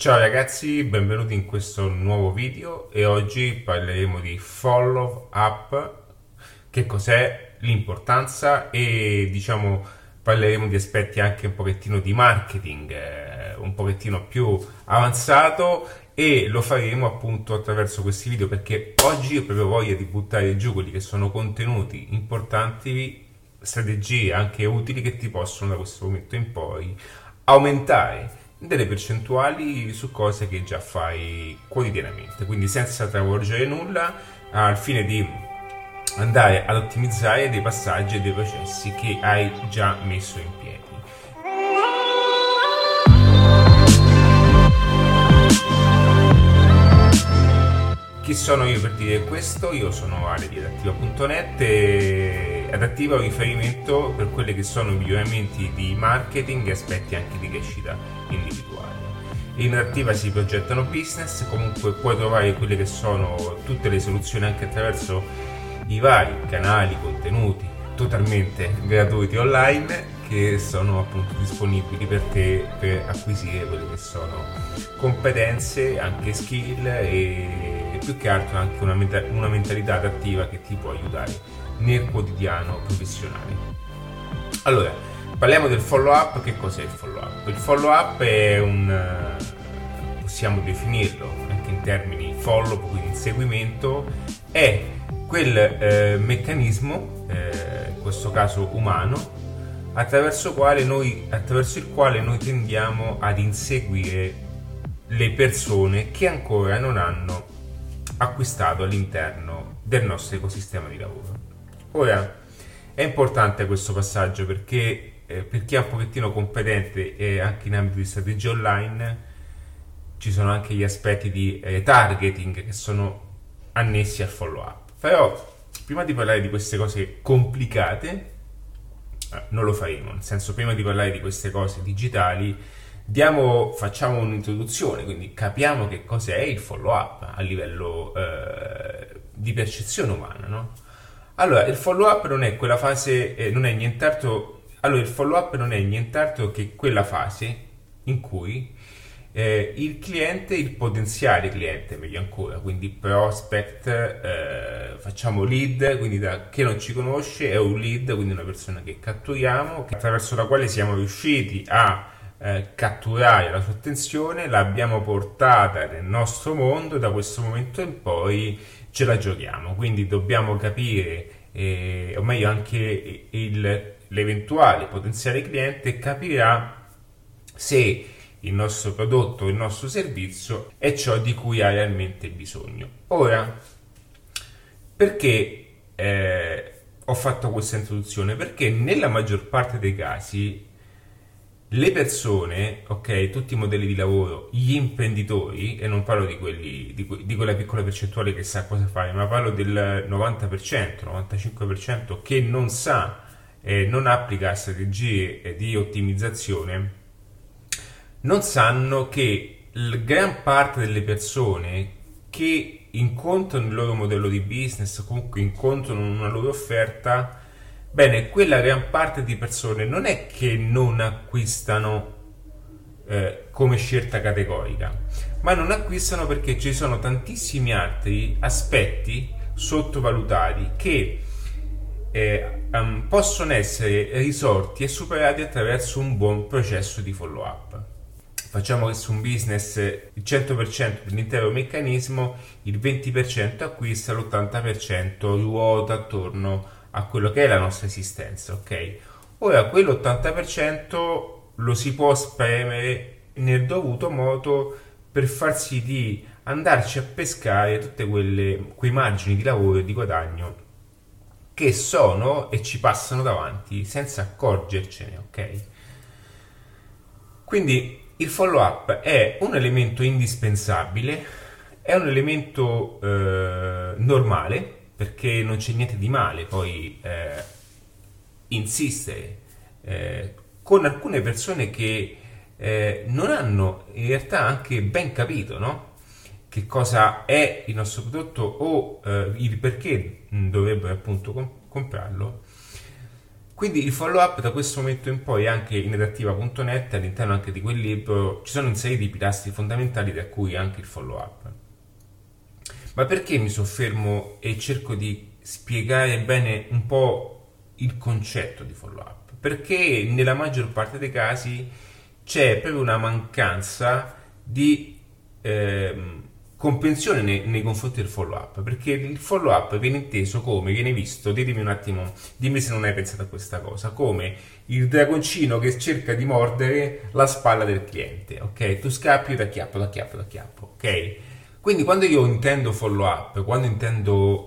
Ciao ragazzi, benvenuti in questo nuovo video e oggi parleremo di follow up, che cos'è, l'importanza e parleremo di aspetti anche un pochettino di marketing, un pochettino più avanzato e lo faremo appunto attraverso questi video perché oggi ho proprio voglia di buttare giù quelli che sono contenuti importanti, strategie anche utili che ti possono da questo momento in poi aumentare delle percentuali su cose che già fai quotidianamente, quindi senza travolgere nulla, al fine di andare ad ottimizzare dei passaggi e dei processi che hai già messo in piedi. Chi sono io per dire questo? Io sono Ale di adattiva.net e Adattiva è un riferimento per quelli che sono i miglioramenti di marketing e aspetti anche di crescita individuale. In Adattiva si progettano business, comunque puoi trovare quelle che sono tutte le soluzioni anche attraverso i vari canali, contenuti totalmente gratuiti online che sono appunto disponibili per te per acquisire quelle che sono competenze, anche skill e più che altro anche una mentalità adattiva che ti può aiutare nel quotidiano professionale. Allora, parliamo del follow up. Che cos'è il follow up? Il follow up è possiamo definirlo anche in termini follow, quindi inseguimento, è quel meccanismo, in questo caso umano, attraverso il quale noi tendiamo ad inseguire le persone che ancora non hanno acquistato all'interno del nostro ecosistema di lavoro. Ora, è importante questo passaggio perché per chi è un pochettino competente e anche in ambito di strategia online ci sono anche gli aspetti di targeting che sono annessi al follow up. Però prima di parlare di queste cose complicate, non lo faremo, nel senso, prima di parlare di queste cose digitali facciamo un'introduzione, quindi capiamo che cos'è il follow up a livello di percezione umana, no? Allora, il follow up non è quella fase, non è nient'altro. Allora, il follow up non è nient'altro che quella fase in cui il cliente, il potenziale cliente, meglio ancora, quindi prospect, facciamo lead, quindi che non ci conosce, è un lead, quindi una persona che catturiamo, attraverso la quale siamo riusciti a catturare la sua attenzione, l'abbiamo portata nel nostro mondo, da questo momento in poi ce la giochiamo, quindi dobbiamo capire, o meglio anche l'eventuale potenziale cliente capirà se il nostro prodotto o il nostro servizio è ciò di cui ha realmente bisogno. Ora, perché ho fatto questa introduzione? Perché nella maggior parte dei casi le persone, ok, tutti i modelli di lavoro, gli imprenditori, e non parlo di quelli di quella piccola percentuale che sa cosa fare, ma parlo del 90%, 95% che non sa, non applica strategie di ottimizzazione, non sanno che la gran parte delle persone che incontrano il loro modello di business o comunque incontrano una loro offerta, bene, quella gran parte di persone non è che non acquistano come scelta categorica, ma non acquistano perché ci sono tantissimi altri aspetti sottovalutati che possono essere risolti e superati attraverso un buon processo di follow up. Facciamo che su un business il 100% dell'intero meccanismo, il 20% acquista, l'80% ruota attorno a quello che è la nostra esistenza, ok? Ora, quell'80% lo si può spremere nel dovuto modo per far sì di andarci a pescare tutte quei margini di lavoro e di guadagno che sono e ci passano davanti senza accorgercene, ok? Quindi il follow up è un elemento indispensabile, è un elemento normale, perché non c'è niente di male poi insistere con alcune persone che non hanno in realtà anche ben capito, no? Che cosa è il nostro prodotto o il perché dovrebbero appunto comprarlo. Quindi il follow up da questo momento in poi anche in adattiva.net, all'interno anche di quel libro, ci sono inseriti i pilastri fondamentali da cui anche il follow up. Ma perché mi soffermo e cerco di spiegare bene un po' il concetto di follow up? Perché nella maggior parte dei casi c'è proprio una mancanza di comprensione nei confronti del follow up, perché il follow up viene inteso come, viene visto, ditemi un attimo, dimmi se non hai pensato a questa cosa, come il dragoncino che cerca di mordere la spalla del cliente, ok? Tu scappi, io t'acchiappo, ok? Quindi quando io intendo follow up, quando intendo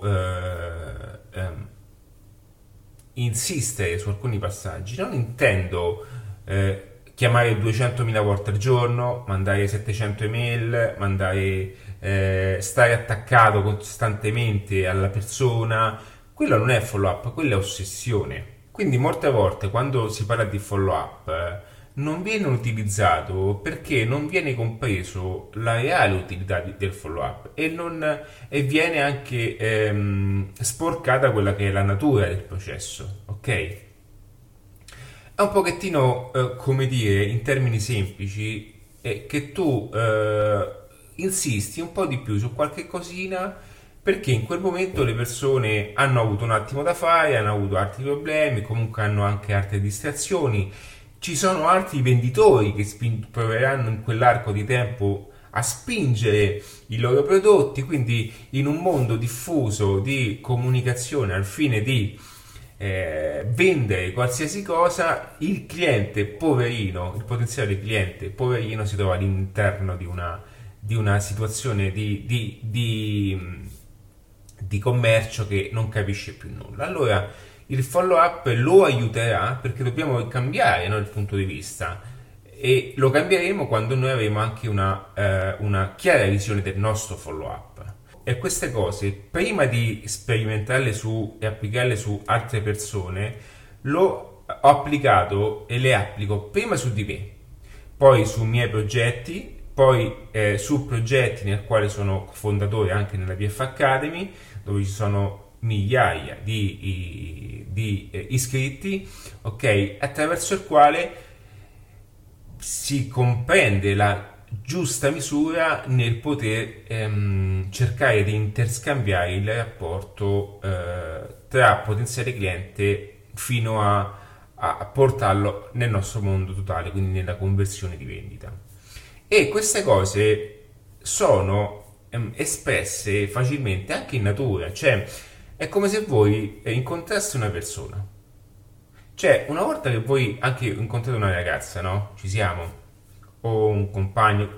insistere su alcuni passaggi, non intendo chiamare 200.000 volte al giorno, mandare 700 email, stare attaccato costantemente alla persona. Quello non è follow up, quello è ossessione. Quindi molte volte quando si parla di follow up non viene utilizzato perché non viene compreso la reale utilità del follow up e viene anche sporcata quella che è la natura del processo, ok? È un pochettino, come dire, in termini semplici, che tu insisti un po' di più su qualche cosina perché in quel momento le persone hanno avuto un attimo da fare, hanno avuto altri problemi, comunque hanno anche altre distrazioni. Ci sono altri venditori che proveranno in quell'arco di tempo a spingere i loro prodotti, quindi in un mondo diffuso di comunicazione al fine di vendere qualsiasi cosa, il cliente poverino, il potenziale cliente poverino si trova all'interno di una situazione di commercio che non capisce più nulla. Allora il follow up lo aiuterà perché dobbiamo cambiare, no, il punto di vista, e lo cambieremo quando noi avremo anche una chiara visione del nostro follow up. E queste cose, prima di sperimentarle e applicarle su altre persone, ho applicato e le applico prima su di me, poi sui miei progetti, poi su progetti nel quale sono fondatore anche nella VF Academy, dove ci sono migliaia di iscritti, ok, attraverso il quale si comprende la giusta misura nel poter cercare di interscambiare il rapporto tra potenziale cliente fino a portarlo nel nostro mondo totale, quindi nella conversione di vendita. E queste cose sono espresse facilmente anche in natura, cioè è come se voi incontraste una persona. Cioè, una volta che voi anche incontrate una ragazza, no? Ci siamo, o un compagno,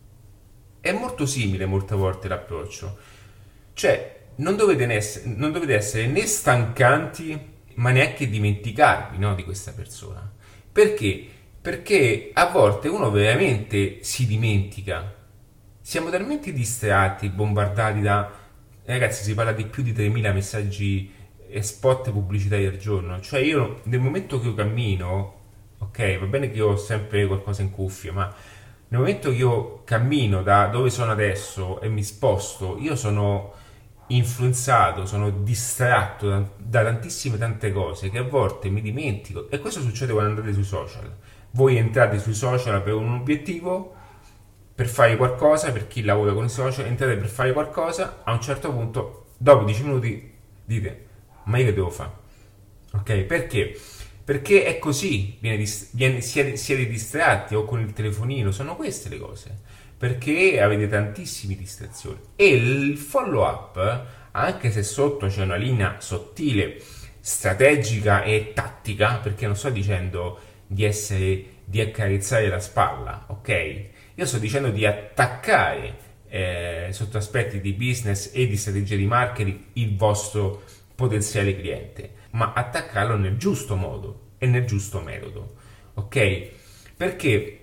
è molto simile molte volte l'approccio. Cioè, non dovete essere né stancanti, ma neanche dimenticarvi, no, di questa persona. Perché? Perché a volte uno veramente si dimentica. Siamo talmente distratti, bombardati da... Ragazzi, si parla di più di 3.000 messaggi e spot pubblicitari al giorno. Cioè io, nel momento che io cammino, ok, va bene che io ho sempre qualcosa in cuffia, ma nel momento che io cammino da dove sono adesso e mi sposto, io sono influenzato, sono distratto da tantissime tante cose che a volte mi dimentico. E questo succede quando andate sui social. Voi entrate sui social per un obiettivo, per fare qualcosa, per chi lavora con i social, entrate per fare qualcosa, a un certo punto, dopo 10 minuti, dite, ma io che devo fare? Ok? Perché? Perché è così, siete distratti o con il telefonino, sono queste le cose, perché avete tantissime distrazioni. E il follow up, anche se sotto c'è una linea sottile, strategica e tattica, perché non sto dicendo di accarezzare la spalla, ok? Io sto dicendo di attaccare sotto aspetti di business e di strategia di marketing il vostro potenziale cliente, ma attaccarlo nel giusto modo e nel giusto metodo, ok? Perché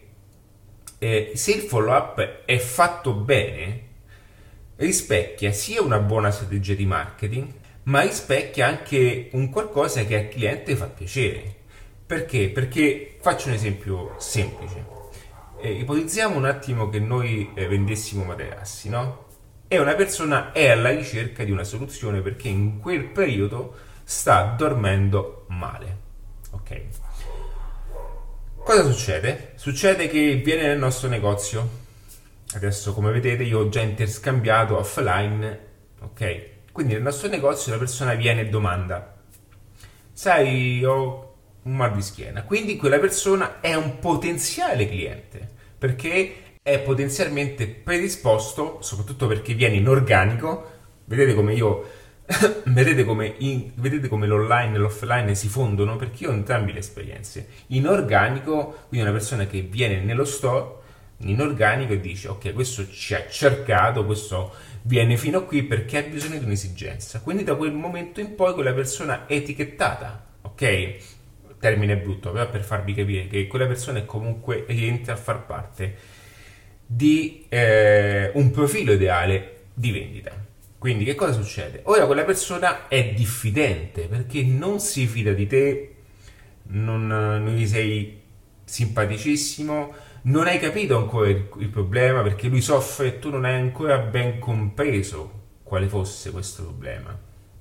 se il follow up è fatto bene, rispecchia sia una buona strategia di marketing, ma rispecchia anche un qualcosa che al cliente fa piacere. Perché? Perché faccio un esempio semplice. Ipotizziamo un attimo che noi vendessimo materassi, no? E una persona è alla ricerca di una soluzione perché in quel periodo sta dormendo male, Ok. Cosa succede? Succede che viene nel nostro negozio. Adesso, come vedete, io ho già interscambiato offline, ok? Quindi nel nostro negozio la persona viene e domanda: sai, ho un mal di schiena. Quindi quella persona è un potenziale cliente, perché è potenzialmente predisposto, soprattutto perché viene in organico. Vedete come io vedete come l'online e l'offline si fondono, perché io ho entrambe le esperienze. In organico, quindi una persona che viene nello store in organico e dice: ok, questo ci ha cercato, questo viene fino a qui perché ha bisogno di un'esigenza. Quindi da quel momento in poi quella persona è etichettata, ok? Termine brutto, però per farvi capire che quella persona è comunque rientra a far parte di un profilo ideale di vendita. Quindi che cosa succede? Ora quella persona è diffidente perché non si fida di te, non gli sei simpaticissimo, non hai capito ancora il problema perché lui soffre e tu non hai ancora ben compreso quale fosse questo problema.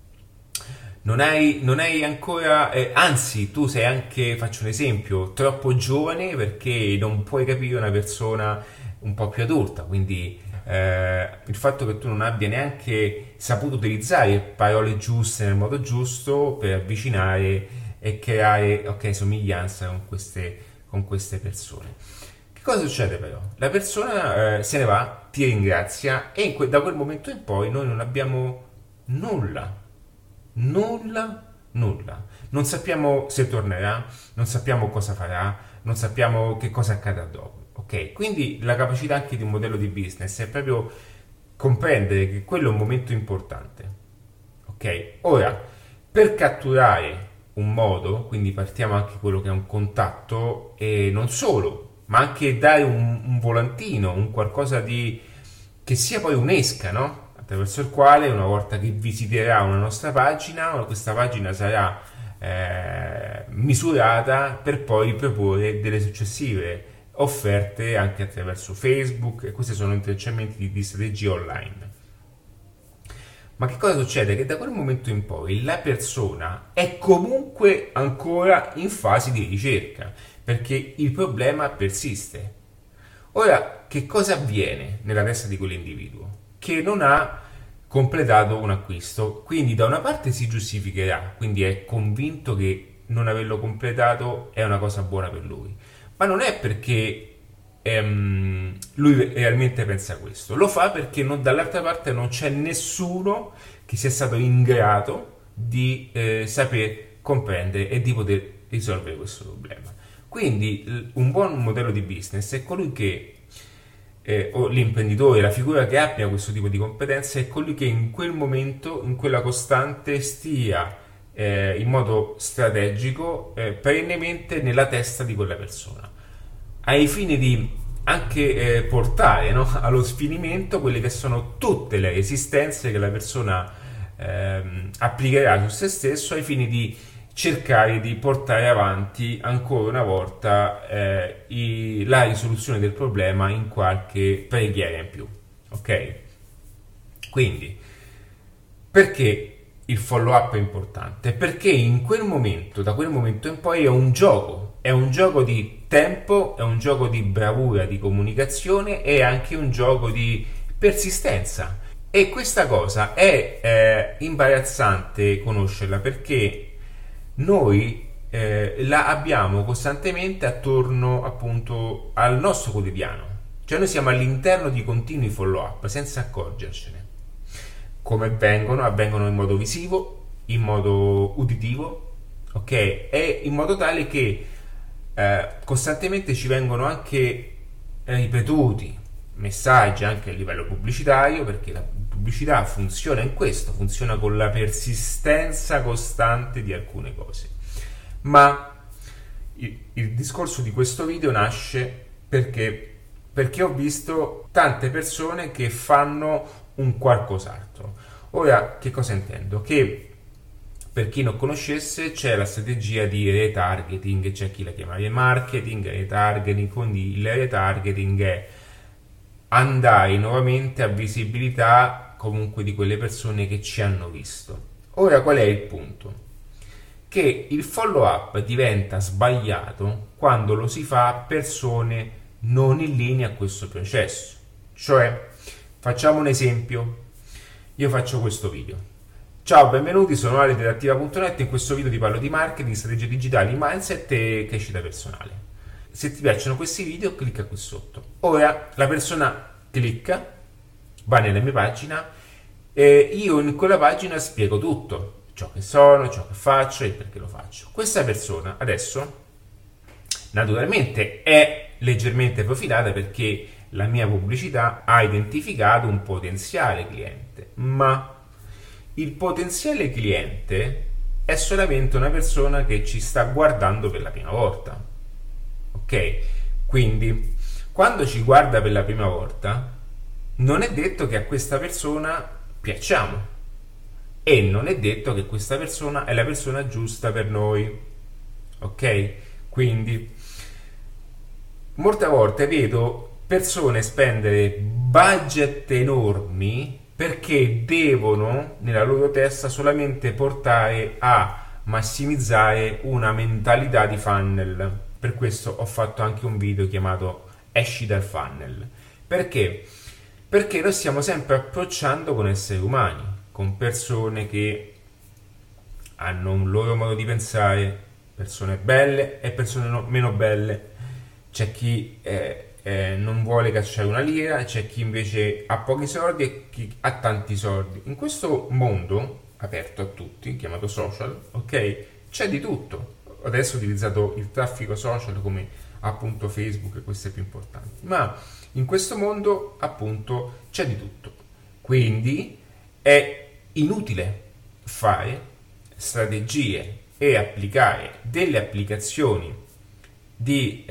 Non hai ancora, anzi, tu sei anche, faccio un esempio, troppo giovane perché non puoi capire una persona un po' più adulta. Quindi il fatto che tu non abbia neanche saputo utilizzare parole giuste nel modo giusto per avvicinare e creare, ok, somiglianza con queste persone. Che cosa succede però? La persona se ne va, ti ringrazia e da quel momento in poi noi non abbiamo nulla. Nulla, nulla. Non sappiamo se tornerà, non sappiamo cosa farà, non sappiamo che cosa accadrà dopo. Ok? Quindi la capacità anche di un modello di business è proprio comprendere che quello è un momento importante. Ok? Ora, per catturare un modo, quindi partiamo anche quello che è un contatto e non solo, ma anche dare un volantino, un qualcosa di che sia poi un'esca, no? Attraverso il quale una volta che visiterà una nostra pagina, questa pagina sarà misurata per poi proporre delle successive offerte anche attraverso Facebook, e questi sono intrecciamenti di strategie online. Ma che cosa succede? Che da quel momento in poi la persona è comunque ancora in fase di ricerca, perché il problema persiste. Ora, che cosa avviene nella testa di quell'individuo? Che non ha completato un acquisto, quindi da una parte si giustificherà, quindi è convinto che non averlo completato è una cosa buona per lui, ma non è perché lui realmente pensa questo, lo fa perché dall'altra parte non c'è nessuno che sia stato in grado di saper comprendere e di poter risolvere questo problema. Quindi un buon modello di business è colui che o l'imprenditore, la figura che abbia questo tipo di competenze è colui che in quel momento, in quella costante, stia in modo strategico perennemente nella testa di quella persona, ai fini di anche portare, no, allo sfinimento quelle che sono tutte le resistenze che la persona applicherà su se stesso, ai fini di cercare di portare avanti ancora una volta la risoluzione del problema in qualche preghiera in più. Ok? Quindi, perché il follow up è importante? Perché in quel momento, da quel momento in poi è un gioco di tempo, è un gioco di bravura, di comunicazione e anche un gioco di persistenza. E questa cosa è imbarazzante conoscerla perché noi la abbiamo costantemente attorno appunto al nostro quotidiano, cioè noi siamo all'interno di continui follow up senza accorgercene. Come avvengono in modo visivo, in modo uditivo, ok? E in modo tale che costantemente ci vengono anche ripetuti messaggi anche a livello pubblicitario, perché la pubblicità funziona in questo, funziona con la persistenza costante di alcune cose. Ma il discorso di questo video nasce perché ho visto tante persone che fanno un qualcos'altro. Ora, che cosa intendo? Che per chi non conoscesse c'è la strategia di retargeting, c'è chi la chiama remarketing, retargeting, quindi il retargeting è andare nuovamente a visibilità comunque di quelle persone che ci hanno visto. Ora qual è il punto? che il follow up diventa sbagliato quando lo si fa a persone non in linea a questo processo. Cioè, facciamo un esempio. Io faccio questo video. Ciao, benvenuti, sono Ale di Adattiva.net. In questo video ti parlo di marketing, strategie digitali, mindset e crescita personale. Se ti piacciono questi video, clicca qui sotto. Ora la persona clicca, va nella mia pagina e io in quella pagina spiego tutto, ciò che sono, ciò che faccio e perché lo faccio. Questa persona adesso naturalmente è leggermente profilata perché la mia pubblicità ha identificato un potenziale cliente, ma il potenziale cliente è solamente una persona che ci sta guardando per la prima volta. Ok? Quindi, quando ci guarda per la prima volta, non è detto che a questa persona piacciamo e non è detto che questa persona è la persona giusta per noi. Ok? Quindi, molte volte vedo persone spendere budget enormi perché devono nella loro testa solamente portare a massimizzare una mentalità di funnel. Per questo ho fatto anche un video chiamato Esci dal funnel. Perché? Perché noi stiamo sempre approcciando con esseri umani, con persone che hanno un loro modo di pensare, persone belle e persone meno belle. C'è chi non vuole cacciare una lira, c'è chi invece ha pochi soldi e chi ha tanti soldi. In questo mondo aperto a tutti, chiamato social, ok, c'è di tutto. Adesso ho utilizzato il traffico social come appunto Facebook e questo è più importante, ma in questo mondo appunto c'è di tutto. Quindi è inutile fare strategie e applicare delle applicazioni di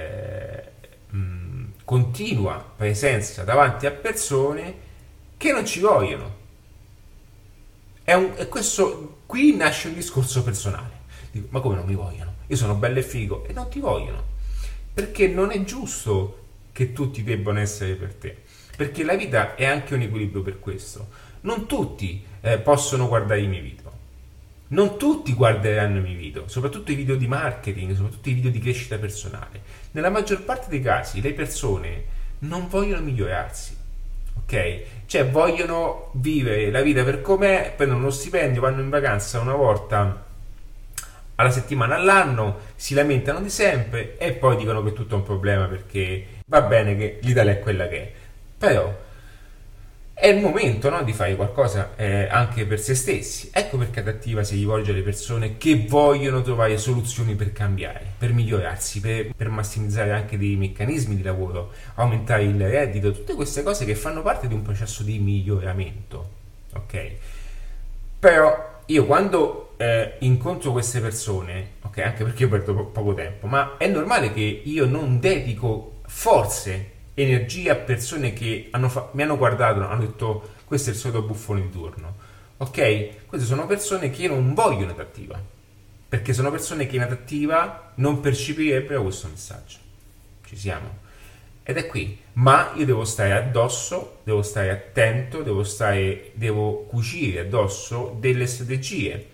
continua presenza davanti a persone che non ci vogliono. E questo qui nasce un discorso personale. Dico, ma come non mi vogliono? Io sono bello e figo e non ti vogliono. Perché non è giusto che tutti debbano essere per te. Perché la vita è anche un equilibrio per questo. Non tutti possono guardare i miei video. Non tutti guarderanno i miei video, soprattutto i video di marketing, soprattutto i video di crescita personale. Nella maggior parte dei casi le persone non vogliono migliorarsi, ok? Cioè vogliono vivere la vita per com'è, prendono uno stipendio, vanno in vacanza una volta alla settimana, all'anno, si lamentano di sempre e poi dicono che è tutto un problema perché va bene che l'Italia è quella che è. Però è il momento, no, di fare qualcosa anche per se stessi. Ecco perché Adattiva si rivolge alle persone che vogliono trovare soluzioni per cambiare, per migliorarsi, per massimizzare anche dei meccanismi di lavoro, aumentare il reddito, tutte queste cose che fanno parte di un processo di miglioramento. Ok? Però io quando incontro queste persone, ok, anche perché io perdo poco tempo, ma è normale che io non dedico forze, energia a persone che mi hanno guardato, hanno detto questo è il solito buffone di turno, ok? Queste sono persone che non vogliono Adattiva, perché sono persone che in Adattiva non percepirebbero questo messaggio. Ci siamo? Ed è qui, ma io devo stare addosso, devo stare attento, devo cucire addosso delle strategie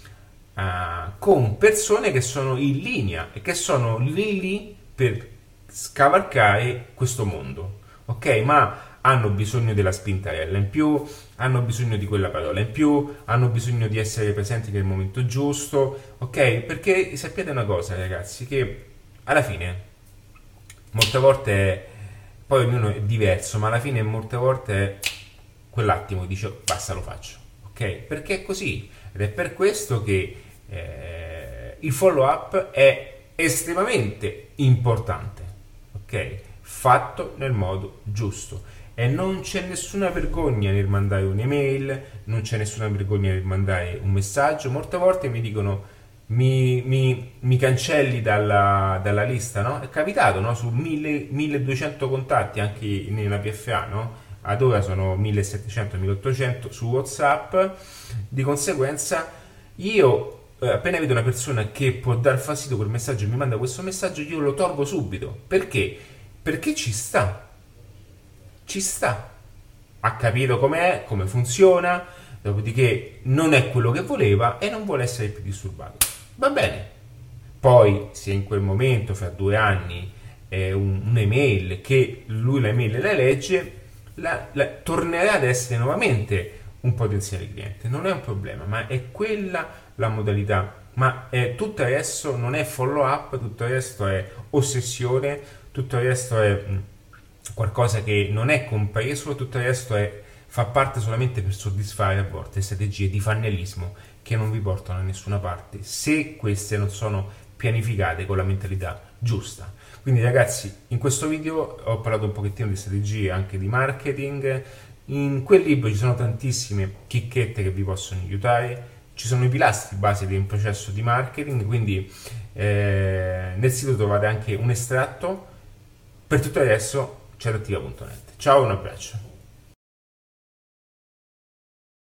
con persone che sono in linea e che sono lì per scavalcare questo mondo, ok? Ma hanno bisogno della spintarella in più, hanno bisogno di quella parola in più, hanno bisogno di essere presenti nel momento giusto, ok? Perché sappiate una cosa, ragazzi, che alla fine molte volte poi ognuno è diverso, ma alla fine molte volte è quell'attimo che dice basta, lo faccio, ok? Perché è così ed è per questo che il follow up è estremamente importante, ok? Fatto nel modo giusto e non c'è nessuna vergogna nel mandare un'email, non c'è nessuna vergogna nel mandare un messaggio. Molte volte mi dicono mi cancelli dalla lista, no? È capitato, no? Su 1200 contatti anche nella PFA, no? Ad ora sono 1700-1800 su WhatsApp. Di conseguenza io appena vedo una persona che può dar fastidio quel messaggio e mi manda questo messaggio, io lo tolgo subito. Perché? Perché ci sta, ha capito com'è, come funziona, dopodiché non è quello che voleva e non vuole essere più disturbato. va bene. Poi, se in quel momento, fra 2 anni, un'email che lui l'email la legge, tornerà ad essere nuovamente un potenziale cliente. Non è un problema, ma è quella la modalità. Ma tutto il resto non è follow up, tutto il resto è ossessione, tutto il resto è qualcosa che non è compreso, tutto il resto fa parte solamente per soddisfare a volte strategie di fannelismo che non vi portano da nessuna parte, se queste non sono pianificate con la mentalità giusta. Quindi ragazzi, in questo video ho parlato un pochettino di strategie anche di marketing. In quel libro ci sono tantissime chicchette che vi possono aiutare, ci sono i pilastri base di un processo di marketing, quindi nel sito trovate anche un estratto. Per tutto adesso c'è adattiva.net. Ciao, un abbraccio.